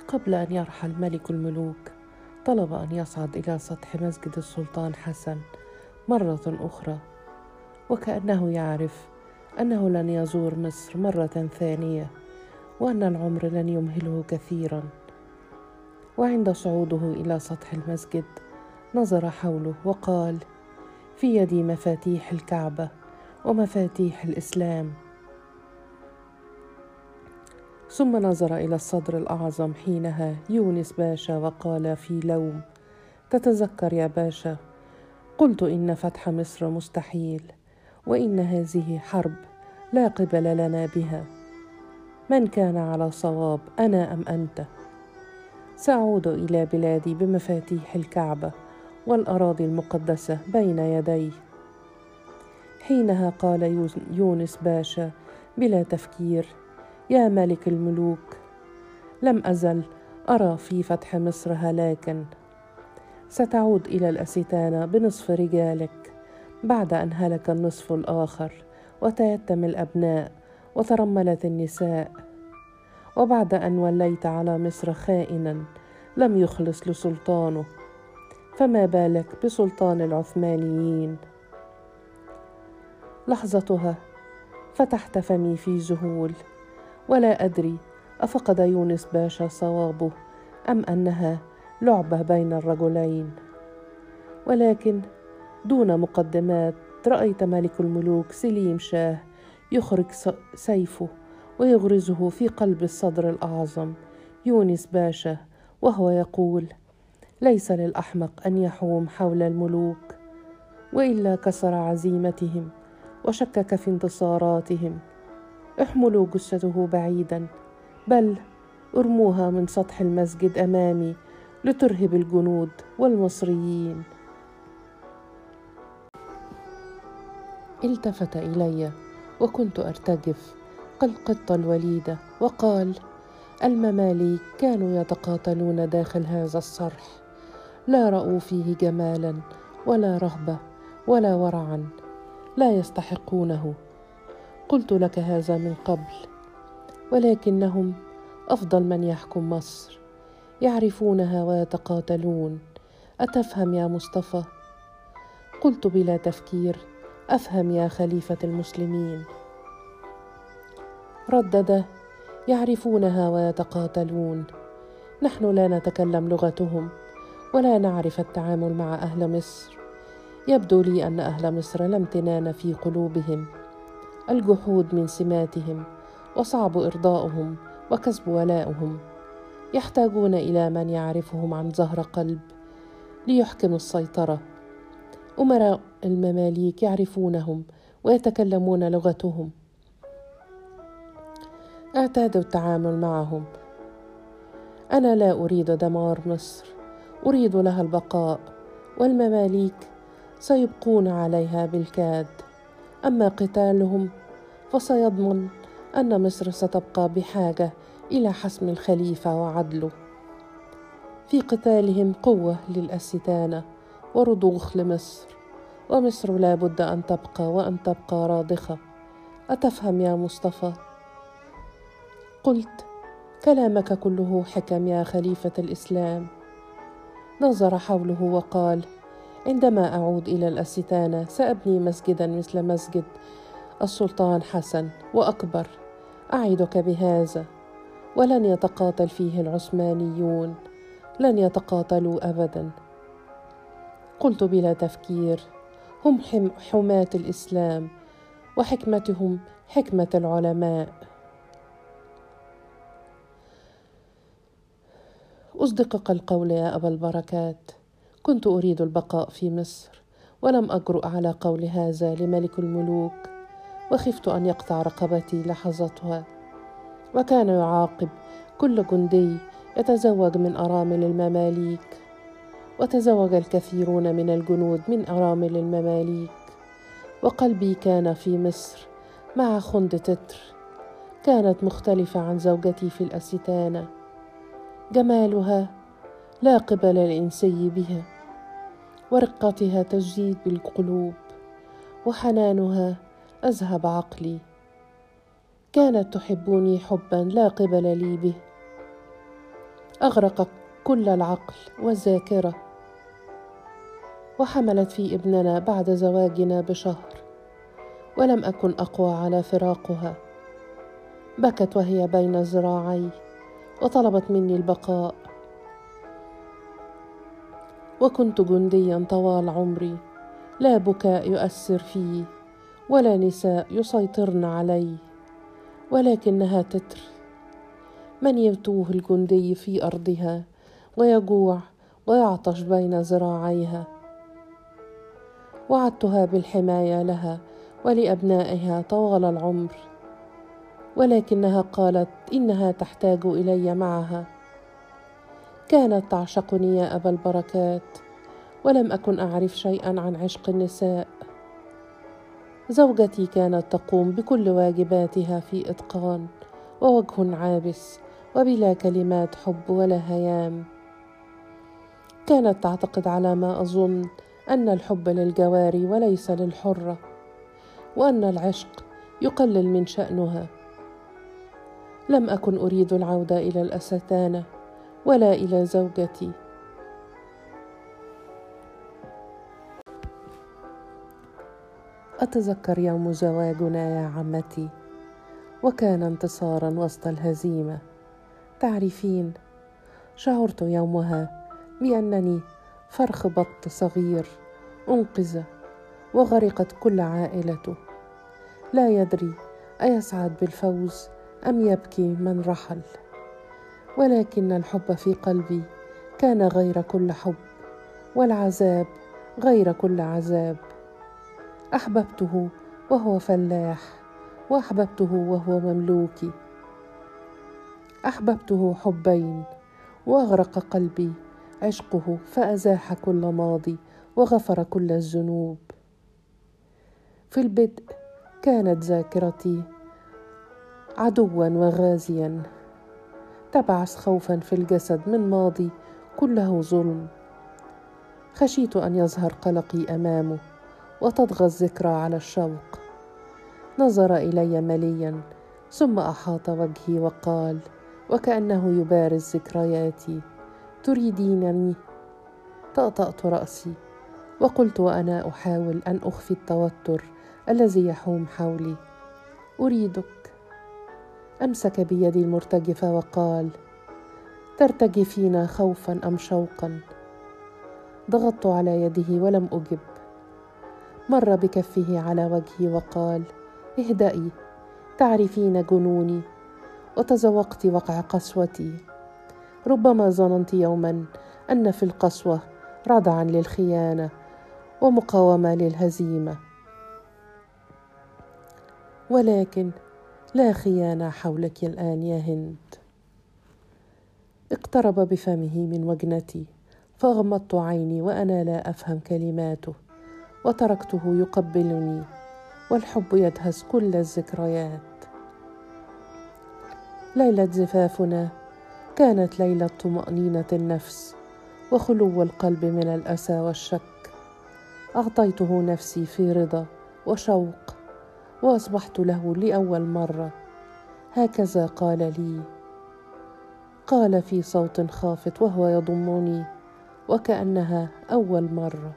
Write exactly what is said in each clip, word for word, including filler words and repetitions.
قبل أن يرحل ملك الملوك طلب أن يصعد إلى سطح مسجد السلطان حسن مرة أخرى، وكأنه يعرف أنه لن يزور مصر مرة ثانية، وأن العمر لن يمهله كثيرا. وعند صعوده إلى سطح المسجد نظر حوله وقال: في يدي مفاتيح الكعبة ومفاتيح الإسلام. ثم نظر إلى الصدر الأعظم حينها يونس باشا وقال في لوم: تتذكر يا باشا، قلت إن فتح مصر مستحيل، وإن هذه حرب لا قبل لنا بها. من كان على صواب، أنا أم أنت؟ سأعود إلى بلادي بمفاتيح الكعبة والأراضي المقدسة بين يدي. حينها قال يونس باشا بلا تفكير: يا ملك الملوك، لم أزل أرى في فتح مصر هلاكا. ستعود إلى الأستانة بنصف رجالك بعد أن هلك النصف الآخر، وتيتم الأبناء وترملت النساء، وبعد أن وليت على مصر خائنا لم يخلص لسلطانه، فما بالك بسلطان العثمانيين؟ لحظتها فتحت فمي في ذهول، ولا أدري أفقد يونس باشا صوابه أم أنها لعبة بين الرجلين. ولكن دون مقدمات رأيت ملك الملوك سليم شاه يخرج سيفه ويغرزه في قلب الصدر الأعظم يونس باشا، وهو يقول: ليس للأحمق أن يحوم حول الملوك، وإلا كسر عزيمتهم وشكك في انتصاراتهم. احملوا جثته بعيدا، بل ارموها من سطح المسجد أمامي لترهب الجنود والمصريين. التفت إلي وكنت أرتجف كالقطة الوليدة وقال: المماليك كانوا يتقاتلون داخل هذا الصرح، لا رأوا فيه جمالا ولا رهبة ولا ورعا، لا يستحقونه. قلت لك هذا من قبل، ولكنهم أفضل من يحكم مصر، يعرفونها ويتقاتلون. أتفهم يا مصطفى؟ قلت بلا تفكير: أفهم يا خليفة المسلمين. ردد: يعرفونها ويتقاتلون. نحن لا نتكلم لغتهم ولا نعرف التعامل مع أهل مصر. يبدو لي أن أهل مصر لا امتنان في قلوبهم، الجحود من سماتهم، وصعب إرضاؤهم وكسب ولائهم. يحتاجون إلى من يعرفهم عن ظهر قلب ليحكم السيطرة. أمراء المماليك يعرفونهم ويتكلمون لغتهم، اعتادوا التعامل معهم. أنا لا أريد دمار مصر، أريد لها البقاء، والمماليك سيبقون عليها بالكاد. أما قتالهم فسيضمن أن مصر ستبقى بحاجة إلى حسم الخليفة وعدله. في قتالهم قوة للأستانة ورضوخ لمصر، ومصر لا بد أن تبقى وأن تبقى راضخة. أتفهم يا مصطفى؟ قلت: كلامك كله حكم يا خليفة الإسلام. نظر حوله وقال: عندما أعود إلى الأستانة سأبني مسجدا مثل مسجد السلطان حسن وأكبر، أعدك بهذا، ولن يتقاتل فيه العثمانيون، لن يتقاتلوا أبدا. قلت بلا تفكير: هم حماة الإسلام، وحكمتهم حكمة العلماء. أصدقك القول يا أبا البركات، كنت أريد البقاء في مصر، ولم أجرؤ على قول هذا لملك الملوك، وخفت أن يقطع رقبتي لحظتها. وكان يعاقب كل جندي يتزوج من أرامل المماليك، وتزوج الكثيرون من الجنود من أرامل المماليك. وقلبي كان في مصر مع خند تتر، كانت مختلفة عن زوجتي في الأستانة. جمالها لا قبل الإنسي بها، ورقتها تجذب بالقلوب، وحنانها أذهب عقلي. كانت تحبني حبا لا قبل لي به. أغرق كل العقل والذاكرة، وحملت في ابننا بعد زواجنا بشهر، ولم أكن أقوى على فراقها. بكت وهي بين ذراعي وطلبت مني البقاء، وكنت جنديا طوال عمري، لا بكاء يؤثر فيه ولا نساء يسيطرن علي، ولكنها تتر. من يتوه الجندي في أرضها ويجوع ويعطش بين ذراعيها. وعدتها بالحماية لها ولأبنائها طوال العمر، ولكنها قالت إنها تحتاج إلي معها. كانت تعشقني يا أبا البركات، ولم أكن أعرف شيئا عن عشق النساء. زوجتي كانت تقوم بكل واجباتها في إتقان ووجه عابس وبلا كلمات حب ولا هيام. كانت تعتقد على ما أظن أن الحب للجواري وليس للحرة، وأن العشق يقلل من شأنها. لم أكن أريد العودة إلى الأستانة ولا إلى زوجتي. أتذكر يوم زواجنا يا عمتي، وكان انتصارا وسط الهزيمة. تعرفين، شعرت يومها بأنني فرخ بط صغير أنقذ وغرقت كل عائلته، لا يدري أيسعد بالفوز أم يبكي من رحل. ولكن الحب في قلبي كان غير كل حب، والعذاب غير كل عذاب. أحببته وهو فلاح، وأحببته وهو مملوكي. أحببته حبين، وأغرق قلبي عشقه، فأزاح كل ماضي وغفر كل الذنوب. في البدء كانت ذاكرتي عدوا وغازيا، تبعث خوفا في الجسد من ماضي كله ظلم. خشيت أن يظهر قلقي أمامه وتطغى الذكرى على الشوق. نظر إلي مليا، ثم أحاط وجهي وقال وكأنه يبارز ذكرياتي: تريدينني؟ طأطأت رأسي وقلت وأنا أحاول أن أخفي التوتر الذي يحوم حولي: أريدك. أمسك بيدي المرتجفة وقال: ترتجفين خوفا أم شوقا؟ ضغطت على يده ولم أجب. مر بكفه على وجهي وقال: اهدئي، تعرفين جنوني وتذوقت وقع قسوتي. ربما ظننت يوما أن في القسوة ردعا للخيانة ومقاومة للهزيمة، ولكن لا خيانة حولك الآن يا هند. اقترب بفمه من وجنتي، فأغمضت عيني وأنا لا أفهم كلماته، وتركته يقبلني والحب يدهس كل الذكريات. ليلة زفافنا كانت ليلة طمأنينة النفس وخلو القلب من الأسى والشك. أعطيته نفسي في رضا وشوق، وأصبحت له لأول مرة. هكذا قال لي، قال في صوت خافت وهو يضمني وكأنها أول مرة.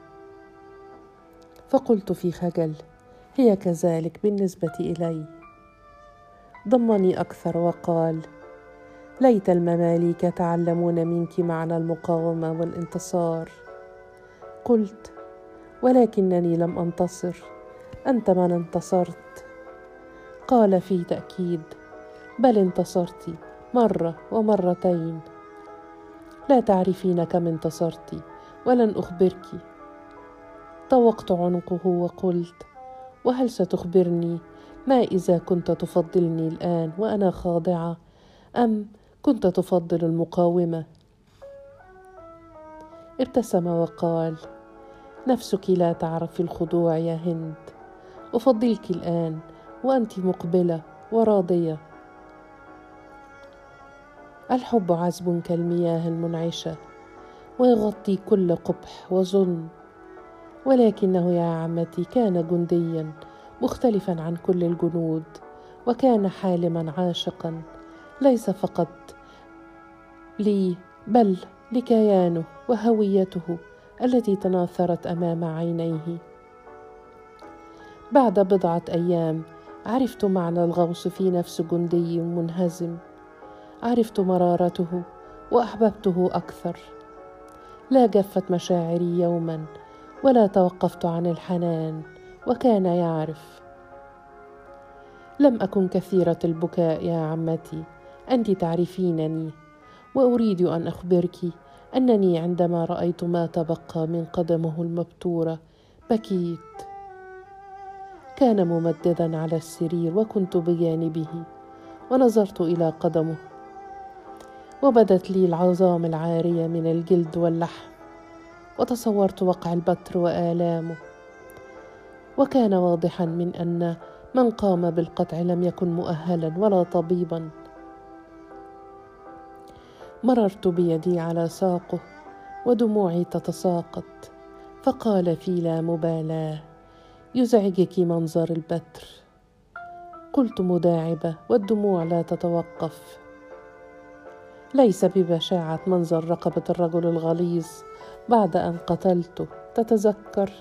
فقلت في خجل: هي كذلك بالنسبة إلي. ضمني أكثر وقال: ليت المماليك تعلمون منك معنى المقاومة والانتصار. قلت: ولكنني لم أنتصر، أنت من انتصرت. قال في تأكيد: بل انتصرت مرة ومرتين. لا تعرفين كم انتصرت ولن أخبرك. طوقت عنقه وقلت: وهل ستخبرني ما إذا كنت تفضلني الآن وأنا خاضعة، أم كنت تفضل المقاومة؟ ابتسم وقال: نفسك لا تعرف الخضوع يا هند، أفضلك الآن وأنت مقبلة وراضية. الحب عذب كالمياه المنعشة ويغطي كل قبح وظلم، ولكنه يا عمتي كان جنديا مختلفا عن كل الجنود، وكان حالما عاشقا ليس فقط لي بل لكيانه وهويته التي تناثرت أمام عينيه. بعد بضعة أيام عرفت معنى الغوص في نفس جندي منهزم، عرفت مرارته وأحببته أكثر. لا جفت مشاعري يوما ولا توقفت عن الحنان، وكان يعرف. لم أكن كثيرة البكاء يا عمتي، أنت تعرفينني، وأريد أن أخبرك أنني عندما رأيت ما تبقى من قدمه المبتورة بكيت. كان ممددا على السرير وكنت بجانبه، ونظرت إلى قدمه وبدت لي العظام العارية من الجلد واللحم، وتصورت وقع البتر وآلامه. وكان واضحا من أن من قام بالقطع لم يكن مؤهلا ولا طبيبا. مررت بيدي على ساقه ودموعي تتساقط، فقال في لا مبالاة: يزعجك منظر البتر؟ قلت مداعبة والدموع لا تتوقف: ليس ببشاعة منظر رقبة الرجل الغليظ بعد أن قتلته، تتذكر؟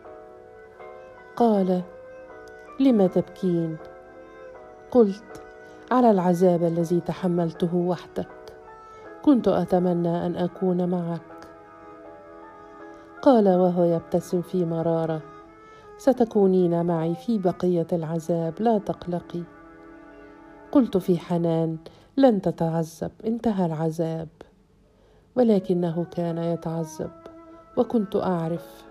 قال: لم تبكين؟ قلت: على العذاب الذي تحملته وحدك، كنت أتمنى أن أكون معك. قال وهو يبتسم في مرارة: ستكونين معي في بقية العذاب، لا تقلقي. قلت في حنان: لن تتعذب، انتهى العذاب. ولكنه كان يتعذب، وكنت أعرف.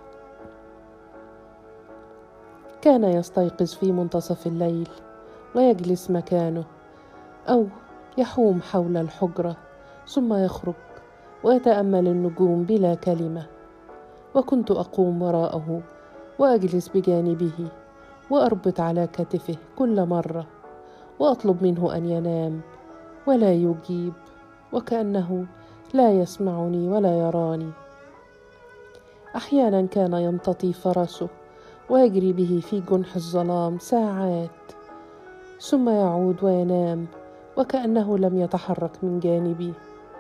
كان يستيقظ في منتصف الليل ويجلس مكانه، أو يحوم حول الحجرة، ثم يخرج ويتأمل النجوم بلا كلمة. وكنت أقوم وراءه وأجلس بجانبه وأربط على كتفه كل مرة، وأطلب منه أن ينام، ولا يجيب، وكأنه لا يسمعني ولا يراني. أحيانا كان يمتطي فرسه ويجري به في جنح الظلام ساعات، ثم يعود وينام وكأنه لم يتحرك من جانبي.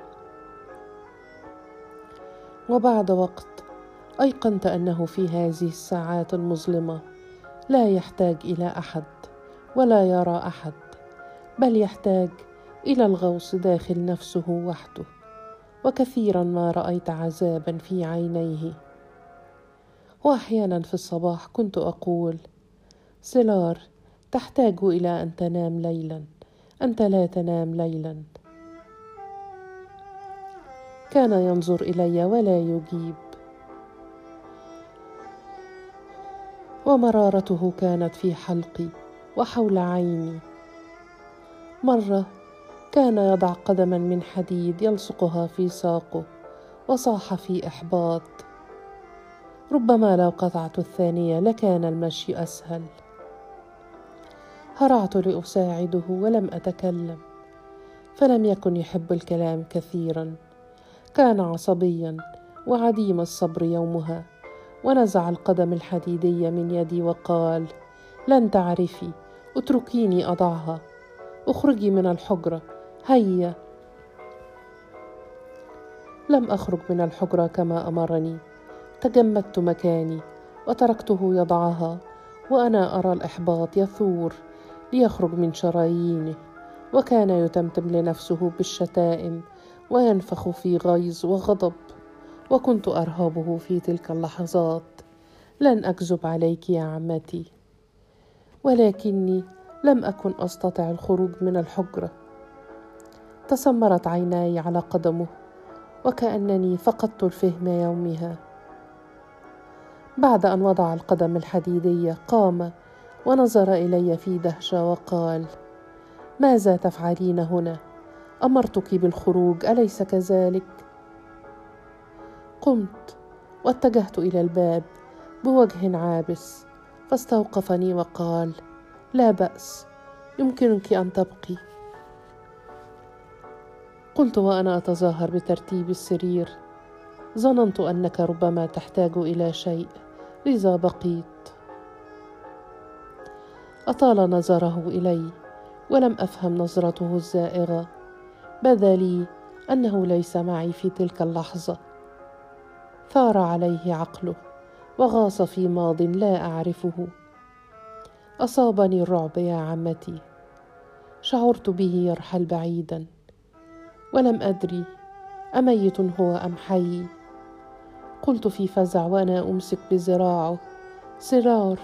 وبعد وقت أيقنت أنه في هذه الساعات المظلمة لا يحتاج إلى أحد ولا يرى أحد، بل يحتاج إلى الغوص داخل نفسه وحده. وكثيرا ما رأيت عذابا في عينيه. وأحيانا في الصباح كنت أقول: سيلار، تحتاج إلى أن تنام ليلا، أنت لا تنام ليلا. كان ينظر إلي ولا يجيب، ومرارته كانت في حلقي وحول عيني. مرة كان يضع قدما من حديد يلصقها في ساقه، وصاح في إحباط: ربما لو قطعت الثانية لكان المشي أسهل. هرعت لأساعده ولم أتكلم، فلم يكن يحب الكلام كثيرا. كان عصبيا وعديم الصبر يومها، ونزع القدم الحديدية من يدي وقال: لن تعرفي، اتركيني أضعها، اخرجي من الحجرة، هيا. لم أخرج من الحجرة كما أمرني، تجمدت مكاني وتركته يضعها، وأنا أرى الإحباط يثور ليخرج من شرايينه. وكان يتمتم لنفسه بالشتائم وينفخ في غيظ وغضب، وكنت أرهبه في تلك اللحظات. لن أكذب عليك يا عمتي، ولكني لم أكن أستطع الخروج من الحجرة. تسمرت عيناي على قدمه وكأنني فقدت الفهم يومها. بعد أن وضع القدم الحديدية قام ونظر إلي في دهشة وقال: ماذا تفعلين هنا؟ أمرتك بالخروج، أليس كذلك؟ قمت واتجهت إلى الباب بوجه عابس، فاستوقفني وقال: لا بأس، يمكنك أن تبقي. قلت وأنا أتظاهر بترتيب السرير: ظننت أنك ربما تحتاج إلى شيء، لذا بقيت. أطال نظره إلي ولم أفهم نظرته الزائغة. بدا لي أنه ليس معي في تلك اللحظة. ثار عليه عقله وغاص في ماض لا أعرفه. أصابني الرعب يا عمتي، شعرت به يرحل بعيدا، ولم أدري أميت هو أم حي. قلت في فزع وأنا أمسك بذراعه: سرار.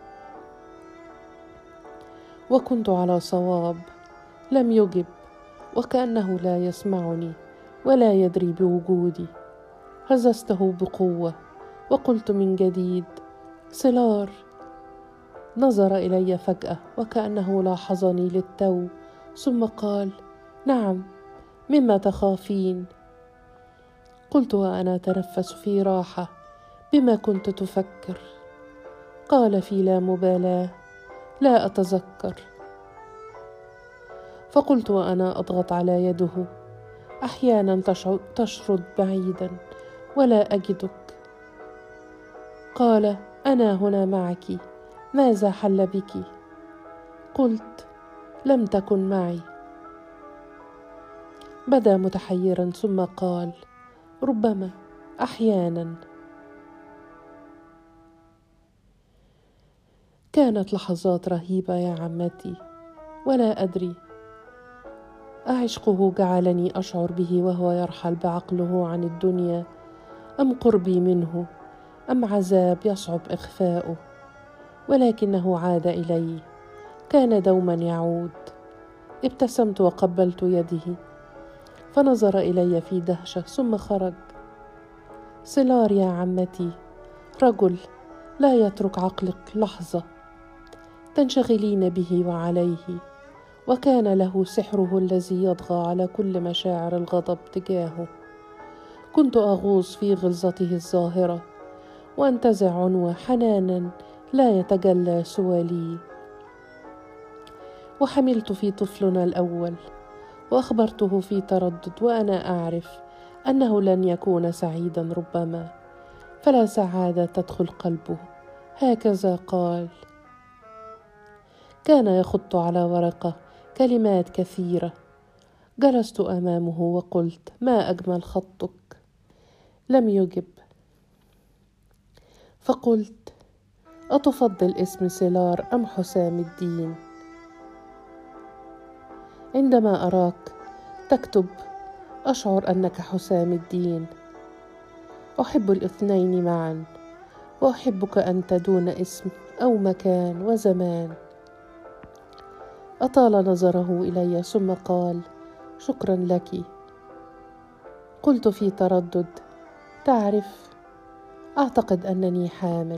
وكنت على صواب. لم يجب، وكأنه لا يسمعني ولا يدري بوجودي. هززته بقوة وقلت من جديد: سلار. نظر إلي فجأة وكأنه لاحظني للتو، ثم قال: نعم، مما تخافين؟ قلت وأنا أتنفس في راحة: بما كنت تفكر؟ قال في لا مبالاة: لا أتذكر. فقلت وأنا أضغط على يده: أحيانا تشرد بعيدا ولا أجدك. قال: أنا هنا معك، ماذا حل بك؟ قلت: لم تكن معي. بدا متحيرا ثم قال: ربما، أحيانا. كانت لحظات رهيبة يا عمتي، ولا أدري أعشقه جعلني أشعر به وهو يرحل بعقله عن الدنيا، أم قربي منه، أم عذاب يصعب إخفاؤه. ولكنه عاد إلي، كان دوما يعود. ابتسمت وقبلت يده، فنظر إلي في دهشة ثم خرج. سلار يا عمتي رجل لا يترك عقلك لحظة، تنشغلين به وعليه، وكان له سحره الذي يطغى على كل مشاعر الغضب تجاهه. كنت أغوص في غلظته الظاهرة وأنتزع عنوة حنانا لا يتجلى سوى لي. وحملت في طفلنا الأول وأخبرته في تردد وأنا أعرف أنه لن يكون سعيدا ربما، فلا سعادة تدخل قلبه. هكذا قال. كان يخط على ورقة كلمات كثيرة. جلست أمامه وقلت: ما أجمل خطك. لم يجب. فقلت: أتفضل اسم سلار أم حسام الدين؟ عندما أراك تكتب أشعر أنك حسام الدين. أحب الاثنين معا، وأحبك أنت دون اسم أو مكان وزمان. أطال نظره إلي ثم قال: شكرا لك. قلت في تردد: تعرف، أعتقد أنني حامل.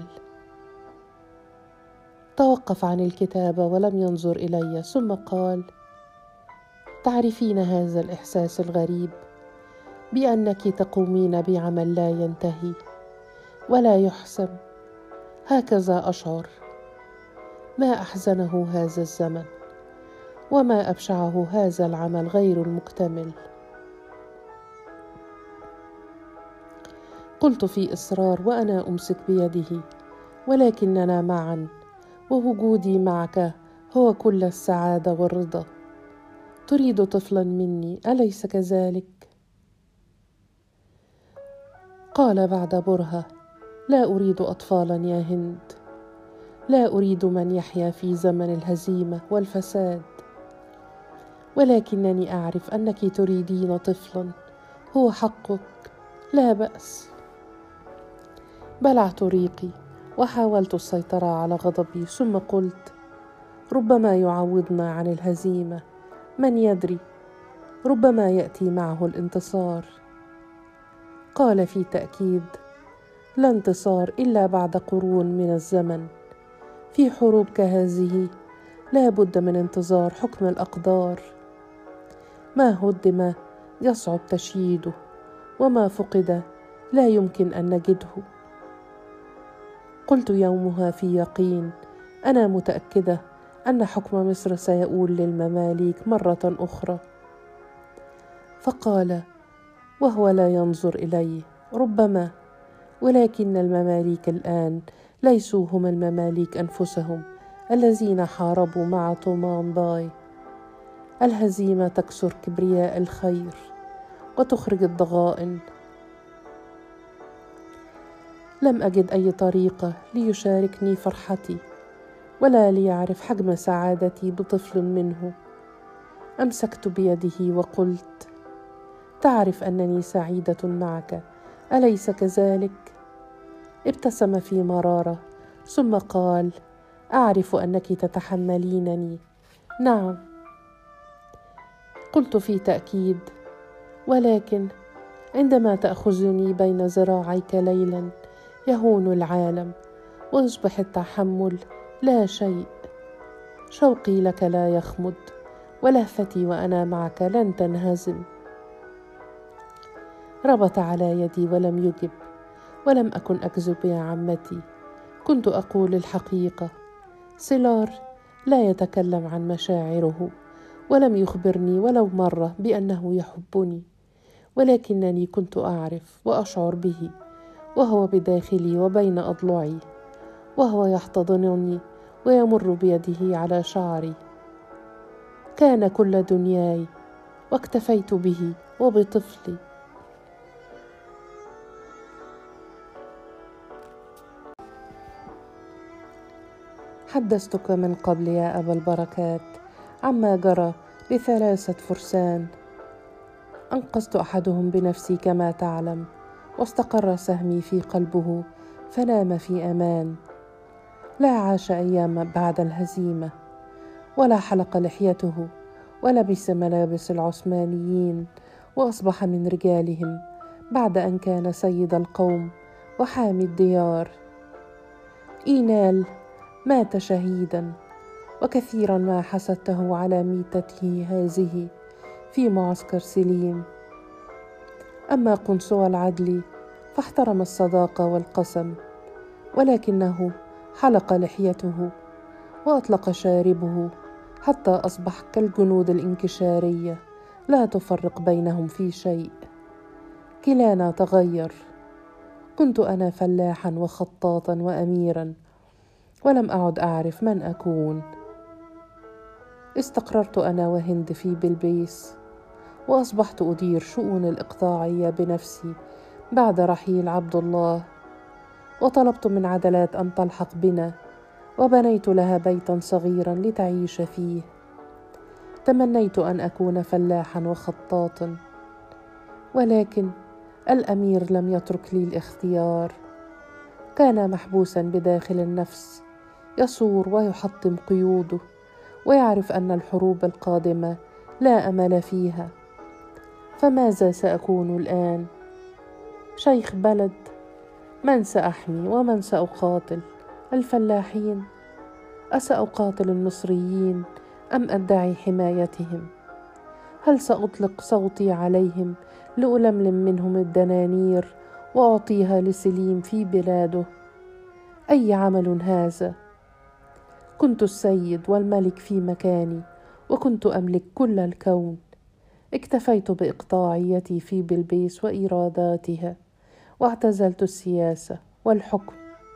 توقف عن الكتابة ولم ينظر إلي ثم قال: تعرفين هذا الإحساس الغريب بأنك تقومين بعمل لا ينتهي ولا يحسم؟ هكذا أشعر. ما أحزنه هذا الزمن، وما أبشعه هذا العمل غير المكتمل. قلت في إصرار وأنا أمسك بيده: ولكننا معا، ووجودي معك هو كل السعادة والرضا. تريد طفلا مني، أليس كذلك؟ قال بعد برهة: لا أريد أطفالا يا هند، لا أريد من يحيا في زمن الهزيمة والفساد، ولكنني أعرف أنك تريدين طفلا، هو حقك، لا بأس. بلعت ريقي وحاولت السيطرة على غضبي ثم قلت: ربما يعوضنا عن الهزيمة، من يدري، ربما يأتي معه الانتصار. قال في تأكيد: لا انتصار إلا بعد قرون من الزمن. في حروب كهذه لا بد من انتظار حكم الأقدار. ما هدم يصعب تشييده، وما فقد لا يمكن أن نجده. قلت يومها في يقين: أنا متأكدة أن حكم مصر سيؤول للمماليك مرة أخرى. فقال وهو لا ينظر إلي: ربما، ولكن المماليك الآن ليسوا هم المماليك أنفسهم الذين حاربوا مع طومان باي. الهزيمة تكسر كبرياء الخير، وتخرج الضغائن. لم أجد أي طريقة ليشاركني فرحتي ولا ليعرف حجم سعادتي بطفل منه. أمسكت بيده وقلت: تعرف أنني سعيدة معك، أليس كذلك؟ ابتسم في مرارة ثم قال: أعرف أنك تتحملينني. نعم، قلت في تأكيد، ولكن عندما تأخذني بين ذراعيك ليلا يهون العالم ويصبح التحمل لا شيء. شوقي لك لا يخمد، ولهفتي وأنا معك لن تنهزم. ربط على يدي ولم يجب، ولم أكن أكذب يا عمتي، كنت أقول الحقيقة. سيلار لا يتكلم عن مشاعره، ولم يخبرني ولو مرة بأنه يحبني، ولكنني كنت أعرف وأشعر به، وهو بداخلي وبين أضلعي، وهو يحتضنني ويمر بيده على شعري. كان كل دنياي، واكتفيت به وبطفلي. حدثتك من قبل يا أبا البركات عما جرى لثلاثة فرسان، أنقذت أحدهم بنفسي كما تعلم، واستقر سهمي في قلبه فنام في أمان. لا عاش أيام بعد الهزيمة، ولا حلق لحيته، ولبس ملابس العثمانيين، وأصبح من رجالهم بعد أن كان سيد القوم وحامي الديار. إينال مات شهيدا، وكثيرا ما حسدته على ميتته هذه في معسكر سليم. أما قنصوى العدل فاحترم الصداقة والقسم، ولكنه حلق لحيته وأطلق شاربه حتى أصبح كالجنود الإنكشارية لا تفرق بينهم في شيء. كلانا تغير، كنت أنا فلاحا وخطاطا وأميرا، ولم أعد أعرف من أكون. استقررت أنا وهند في بلبيس، وأصبحت أدير شؤون الإقطاعية بنفسي بعد رحيل عبد الله، وطلبت من عدلات أن تلحق بنا، وبنيت لها بيتا صغيرا لتعيش فيه. تمنيت أن أكون فلاحا وخطاطا، ولكن الأمير لم يترك لي الاختيار. كان محبوسا بداخل النفس، يصور ويحطم قيوده، ويعرف أن الحروب القادمة لا أمل فيها. فماذا سأكون الآن؟ شيخ بلد؟ من سأحمي ومن سأقاتل؟ الفلاحين؟ أسأقاتل المصريين أم أدعي حمايتهم؟ هل سأطلق صوتي عليهم لألملم منهم الدنانير وأعطيها لسليم في بلاده؟ أي عمل هذا؟ كنت السيد والملك في مكاني، وكنت أملك كل الكون. اكتفيت بإقطاعيتي في بلبيس وإيراداتها، واعتزلت السياسة والحكم.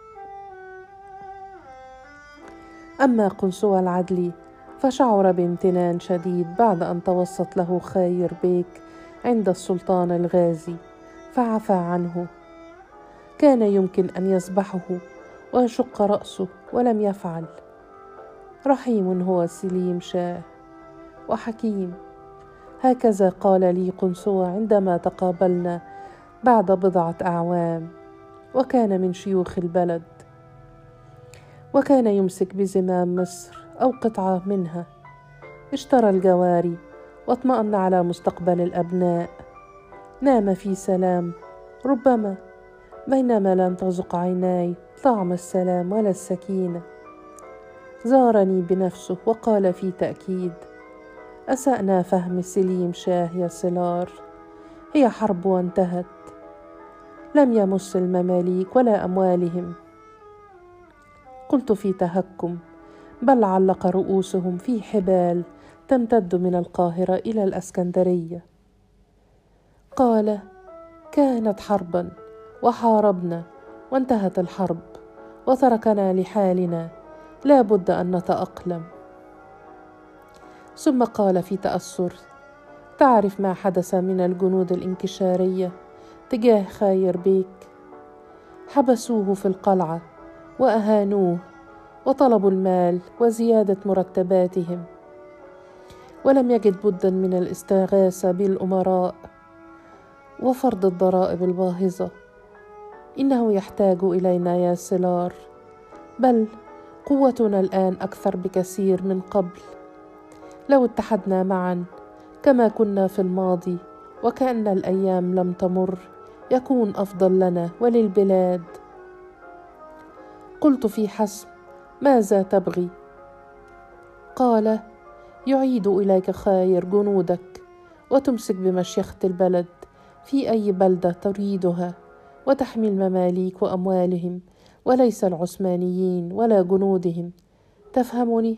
أما قنصوى العدل فشعر بامتنان شديد بعد أن توسط له خير بيك عند السلطان الغازي فعفى عنه. كان يمكن أن يذبحه ويشق رأسه ولم يفعل. رحيم هو سليم شاه وحكيم، هكذا قال لي قنصوى عندما تقابلنا بعد بضعة أعوام، وكان من شيوخ البلد، وكان يمسك بزمام مصر أو قطعة منها. اشترى الجواري واطمأن على مستقبل الأبناء، نام في سلام ربما، بينما لم تذق عيناي طعم السلام ولا السكينة. زارني بنفسه وقال في تأكيد: أسأنا فهم سليم شاه يا سيلار، هي حرب وانتهت، لم يمس المماليك ولا أموالهم. قلت في تهكم: بل علق رؤوسهم في حبال تمتد من القاهرة إلى الأسكندرية. قال: كانت حربا وحاربنا وانتهت الحرب وتركنا لحالنا، لا بد أن نتأقلم. ثم قال في تأثر: تعرف ما حدث من الجنود الإنكشارية تجاه خاير بيك؟ حبسوه في القلعة وأهانوه وطلبوا المال وزيادة مرتباتهم، ولم يجد بدا من الاستغاثة بالأمراء وفرض الضرائب الباهظة. إنه يحتاج إلينا يا سيلار، بل قوتنا الآن أكثر بكثير من قبل. لو اتحدنا معا كما كنا في الماضي وكأن الأيام لم تمر يكون أفضل لنا وللبلاد. قلت في حسم: ماذا تبغي؟ قال: يعيد إليك خير جنودك وتمسك بمشيخة البلد في أي بلدة تريدها، وتحمي المماليك وأموالهم وليس العثمانيين ولا جنودهم. تفهمني؟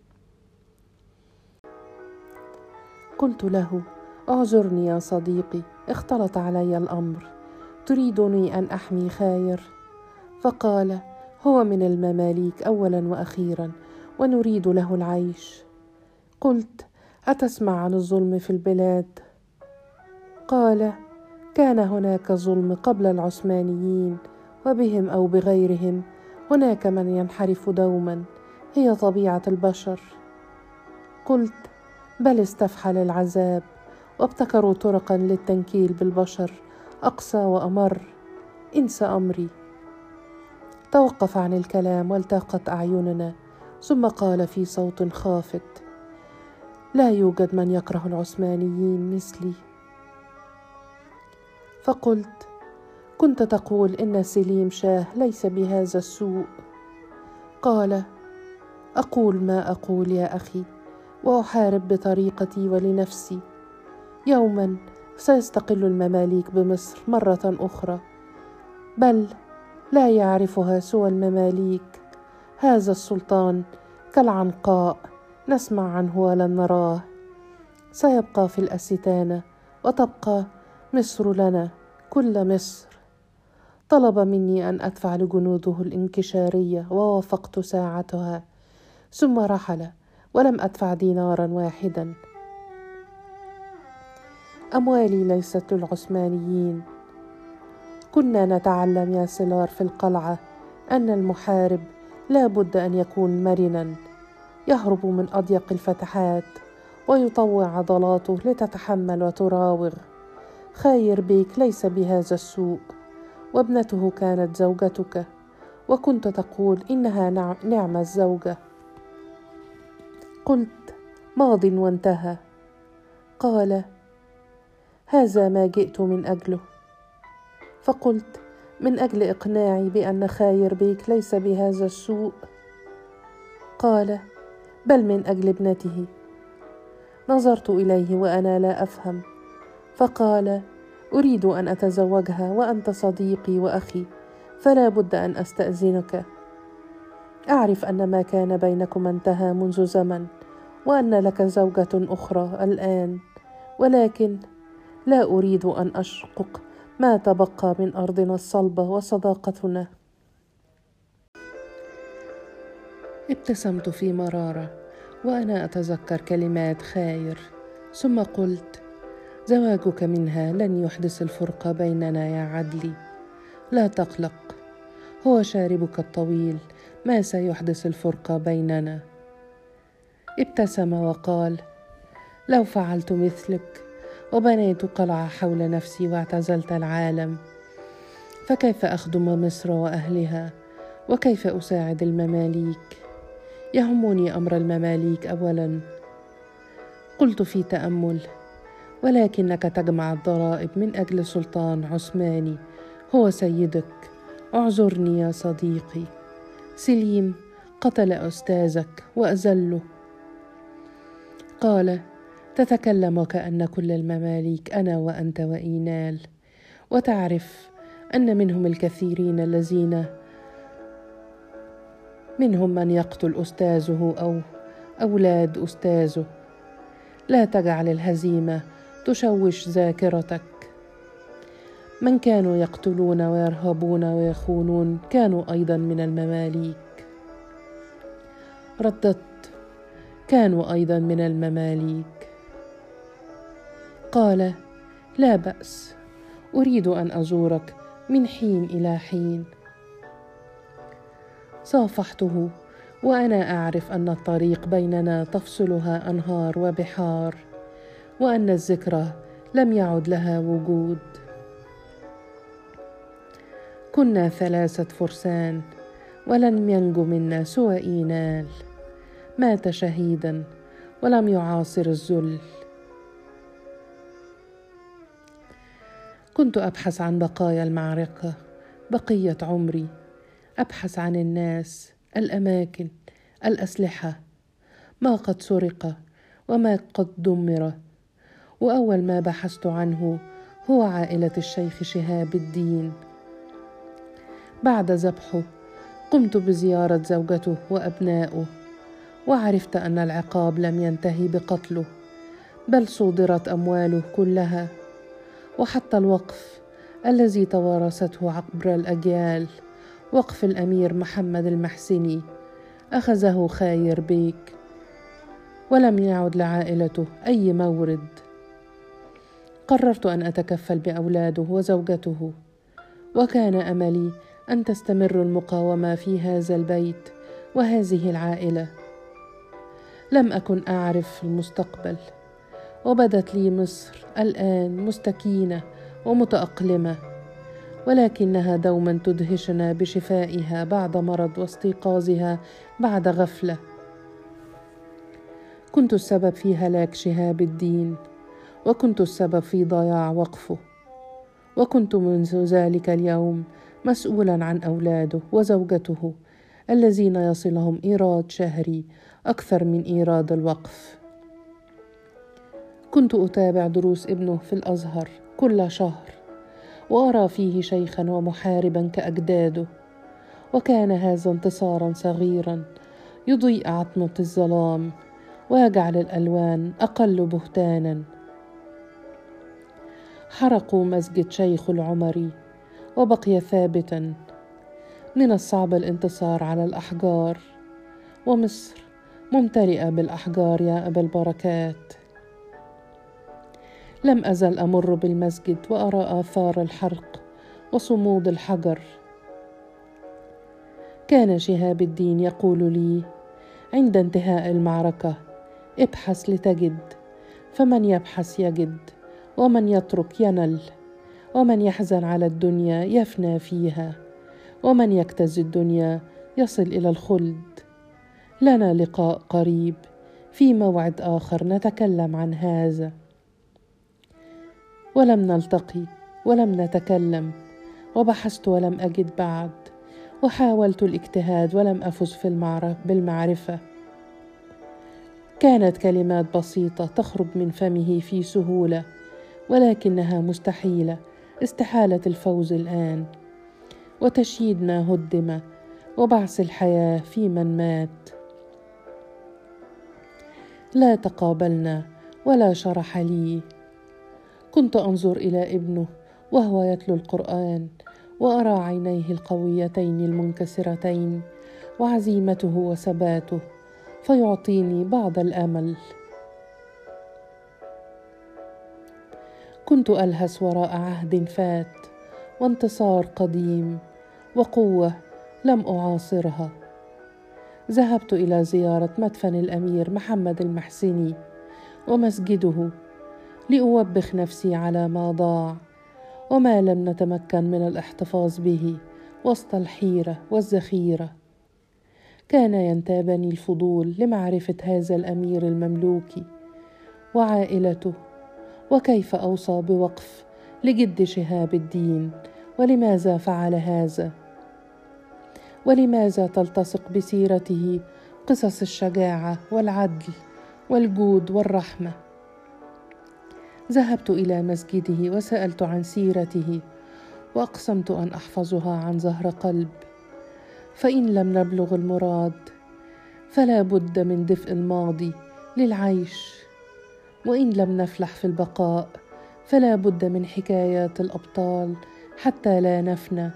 قلت له: اعذرني يا صديقي، اختلط علي الأمر. تريدني أن أحمي خاير؟ فقال: هو من المماليك أولا وأخيرا، ونريد له العيش. قلت: أتسمع عن الظلم في البلاد؟ قال: كان هناك ظلم قبل العثمانيين، وبهم أو بغيرهم هناك من ينحرف دوما، هي طبيعة البشر. قلت: بل استفحل العذاب، وابتكروا طرقا للتنكيل بالبشر أقسى وأمر. انسى أمري. توقف عن الكلام والتقت أعيننا، ثم قال في صوت خافت: لا يوجد من يكره العثمانيين مثلي. فقلت: كنت تقول إن سليم شاه ليس بهذا السوء. قال: أقول ما أقول يا أخي، وأحارب بطريقتي ولنفسي. يوما سيستقل المماليك بمصر مرة أخرى، بل لا يعرفها سوى المماليك. هذا السلطان كالعنقاء، نسمع عنه ولن نراه. سيبقى في الأستانة، وتبقى مصر لنا، كل مصر. طلب مني أن أدفع لجنوده الإنكشارية، ووافقت ساعتها، ثم رحل ولم أدفع دينارا واحدا. أموالي ليست للعثمانيين. كنا نتعلم يا سيلار في القلعة أن المحارب لا بد أن يكون مرنا، يهرب من أضيق الفتحات ويطوع عضلاته لتتحمل وتراوغ. خاير بيك ليس بهذا السوء، وابنته كانت زوجتك، وكنت تقول إنها نعم الزوجة. قلت: ماض وانتهى. قال: هذا ما جئت من أجله. فقلت: من أجل إقناعي بأن خاير بيك ليس بهذا السوء. قال: بل من أجل ابنته. نظرت إليه وأنا لا أفهم، فقال: أريد أن أتزوجها، وأنت صديقي وأخي، فلا بد أن أستأذنك. أعرف أن ما كان بينكما انتهى منذ زمن، وأن لك زوجة أخرى الآن، ولكن لا أريد أن أشقق ما تبقى من أرضنا الصلبة وصداقتنا. ابتسمت في مرارة وأنا أتذكر كلمات خاير، ثم قلت: زواجك منها لن يحدث الفرقة بيننا يا عدلي، لا تقلق، هو شاربك الطويل ما سيحدث الفرقة بيننا. ابتسم وقال: لو فعلت مثلك وبنيت قلعة حول نفسي واعتزلت العالم، فكيف أخدم مصر وأهلها؟ وكيف أساعد المماليك؟ يهمني أمر المماليك أولا. قلت في تأمل: ولكنك تجمع الضرائب من أجل سلطان عثماني هو سيدك. اعذرني يا صديقي، سليم قتل أستاذك وأذله. قال: تتكلم وكأن كل المماليك أنا وأنت وإينال، وتعرف أن منهم الكثيرين الذين منهم من يقتل أستاذه أو أولاد أستاذه. لا تجعل الهزيمة تشوش ذاكرتك. من كانوا يقتلون ويرهبون ويخونون كانوا أيضا من المماليك. رددت: كانوا أيضا من المماليك. قال: لا بأس، أريد أن أزورك من حين إلى حين. صافحته وأنا أعرف أن الطريق بيننا تفصلها أنهار وبحار، وأن الذكرى لم يعد لها وجود. كنا ثلاثة فرسان، ولم ينجو منا سوى إينال، مات شهيدا ولم يعاصر الذل. كنت أبحث عن بقايا المعركة بقية عمري، أبحث عن الناس، الأماكن، الأسلحة، ما قد سرق وما قد دمر. وأول ما بحثت عنه هو عائلة الشيخ شهاب الدين. بعد ذبحه قمت بزيارة زوجته وأبنائه، وعرفت أن العقاب لم ينتهي بقتله، بل صودرت أمواله كلها، وحتى الوقف الذي توارثته عبر الأجيال، وقف الأمير محمد المحسني، أخذه خاير بيك، ولم يعد لعائلته أي مورد. قررت أن أتكفل بأولاده وزوجته، وكان أملي أن تستمر المقاومة في هذا البيت وهذه العائلة. لم أكن أعرف المستقبل، وبدت لي مصر الآن مستكينة ومتأقلمة، ولكنها دوما تدهشنا بشفائها بعد مرض واستيقاظها بعد غفلة. كنت السبب في هلاك شهاب الدين، وكنت السبب في ضياع وقفه، وكنت منذ ذلك اليوم مسؤولا عن أولاده وزوجته الذين يصلهم إيراد شهري أكثر من إيراد الوقف. كنت أتابع دروس ابنه في الأزهر كل شهر، وأرى فيه شيخا ومحاربا كأجداده، وكان هذا انتصارا صغيرا يضيء عتمة الظلام ويجعل الألوان أقل بهتانا. حرقوا مسجد شيخ العمري وبقي ثابتا. من الصعب الانتصار على الأحجار، ومصر ممتلئة بالأحجار يا أبا البركات. لم أزل أمر بالمسجد وأرى آثار الحرق وصمود الحجر. كان شهاب الدين يقول لي عند انتهاء المعركة: ابحث لتجد، فمن يبحث يجد، ومن يترك ينل، ومن يحزن على الدنيا يفنى فيها، ومن يجتز الدنيا يصل إلى الخلد. لنا لقاء قريب في موعد آخر نتكلم عن هذا. ولم نلتقي ولم نتكلم، وبحثت ولم أجد بعد، وحاولت الاجتهاد ولم أفز في المعركة بالمعرفة. كانت كلمات بسيطة تخرج من فمه في سهولة، ولكنها مستحيلة، استحالة الفوز الآن، وتشييد ما هدم، وبعث الحياة في من مات. لا تقابلنا ولا شرح لي. كنت أنظر إلى ابنه وهو يتلو القرآن، وأرى عينيه القويتين المنكسرتين وعزيمته وثباته، فيعطيني بعض الأمل. كنت ألهث وراء عهد فات، وانتصار قديم، وقوة لم أعاصرها. ذهبت إلى زيارة مدفن الأمير محمد المحسني ومسجده، لأوبخ نفسي على ما ضاع وما لم نتمكن من الاحتفاظ به وسط الحيرة والذخيرة. كان ينتابني الفضول لمعرفة هذا الأمير المملوكي وعائلته، وكيف أوصى بوقف لجد شهاب الدين، ولماذا فعل هذا، ولماذا تلتصق بسيرته قصص الشجاعة والعدل والجود والرحمة. ذهبت إلى مسجده وسألت عن سيرته، وأقسمت أن أحفظها عن ظهر قلب، فإن لم نبلغ المراد فلا بد من دفء الماضي للعيش، وإن لم نفلح في البقاء فلا بد من حكايات الأبطال حتى لا نفنى.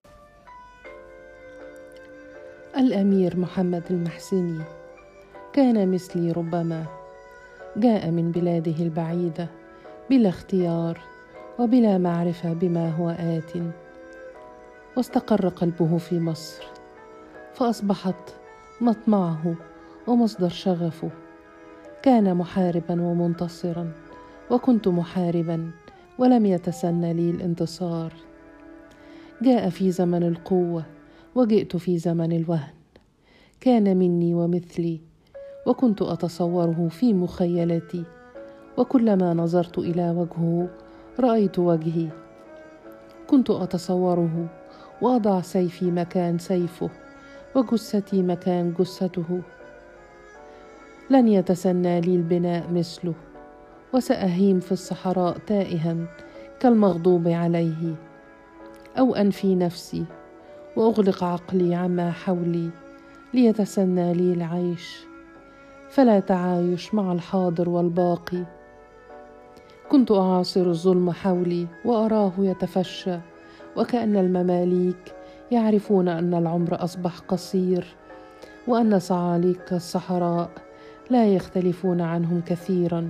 الأمير محمد المحسني كان مثلي، ربما جاء من بلاده البعيدة بلا اختيار وبلا معرفة بما هو آت. واستقر قلبه في مصر، فأصبحت مطمعه ومصدر شغفه. كان محاربا ومنتصرا، وكنت محاربا ولم يتسنى لي الانتصار. جاء في زمن القوة وجئت في زمن الوهن. كان مني ومثلي، وكنت أتصوره في مخيلتي، وكلما نظرت إلى وجهه رأيت وجهي. كنت أتصوره وأضع سيفي مكان سيفه، وجثتي مكان جثته. لن يتسنى لي البناء مثله، وسأهيم في الصحراء تائها كالمغضوب عليه، أو أنفي نفسي وأغلق عقلي عما حولي ليتسنى لي العيش. فلا تعايش مع الحاضر والباقي. كنت أعاصر الظلم حولي وأراه يتفشى، وكأن المماليك يعرفون أن العمر أصبح قصير، وأن صعاليك الصحراء لا يختلفون عنهم كثيرا.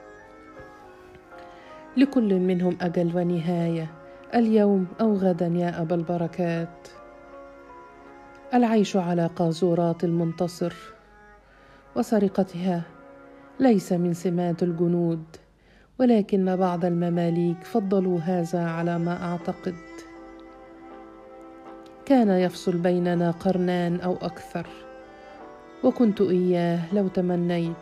لكل منهم أجل ونهاية، اليوم أو غدا يا أبا البركات. العيش على قاذورات المنتصر وسرقتها ليس من سمات الجنود، ولكن بعض المماليك فضلوا هذا على ما أعتقد. كان يفصل بيننا قرنان أو أكثر، وكنت إياه لو تمنيت.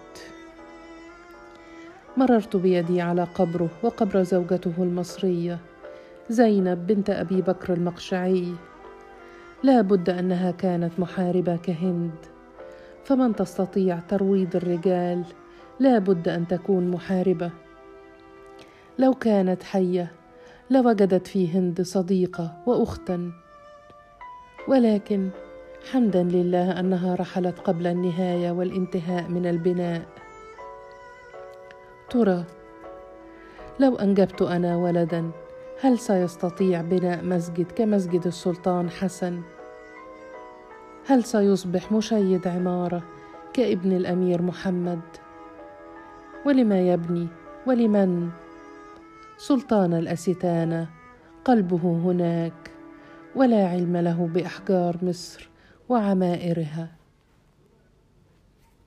مررت بيدي على قبره وقبر زوجته المصرية زينب بنت أبي بكر المقشعي. لا بد أنها كانت محاربة كهند، فمن تستطيع ترويض الرجال لا بد أن تكون محاربة. لو كانت حية لوجدت في هند صديقة وأختا، ولكن حمدا لله أنها رحلت قبل النهاية والانتهاء من البناء. ترى لو أنجبت أنا ولدا، هل سيستطيع بناء مسجد كمسجد السلطان حسن؟ هل سيصبح مشيد عمارة كابن الأمير محمد؟ ولما يبني ولمن؟ سلطان الأستانة قلبه هناك، ولا علم له بأحجار مصر وعمائرها.